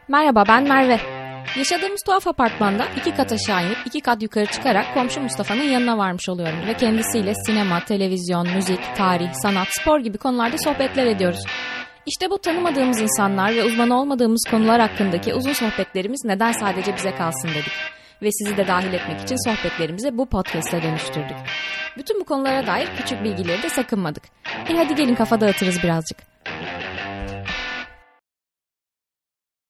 Merhaba, ben Merve. Yaşadığımız tuhaf apartmanda 2 kat aşağı inip 2 kat yukarı çıkarak komşu Mustafa'nın yanına varmış oluyorum ve kendisiyle sinema, televizyon, müzik, tarih, sanat, spor gibi konularda sohbetler ediyoruz. İşte bu tanımadığımız insanlar ve uzman olmadığımız konular hakkındaki uzun sohbetlerimiz neden sadece bize kalsın dedik. Ve sizi de dahil etmek için sohbetlerimizi bu podcast'a dönüştürdük. Bütün bu konulara dair küçük bilgileri de sakınmadık. Hadi gelin kafa dağıtırız birazcık.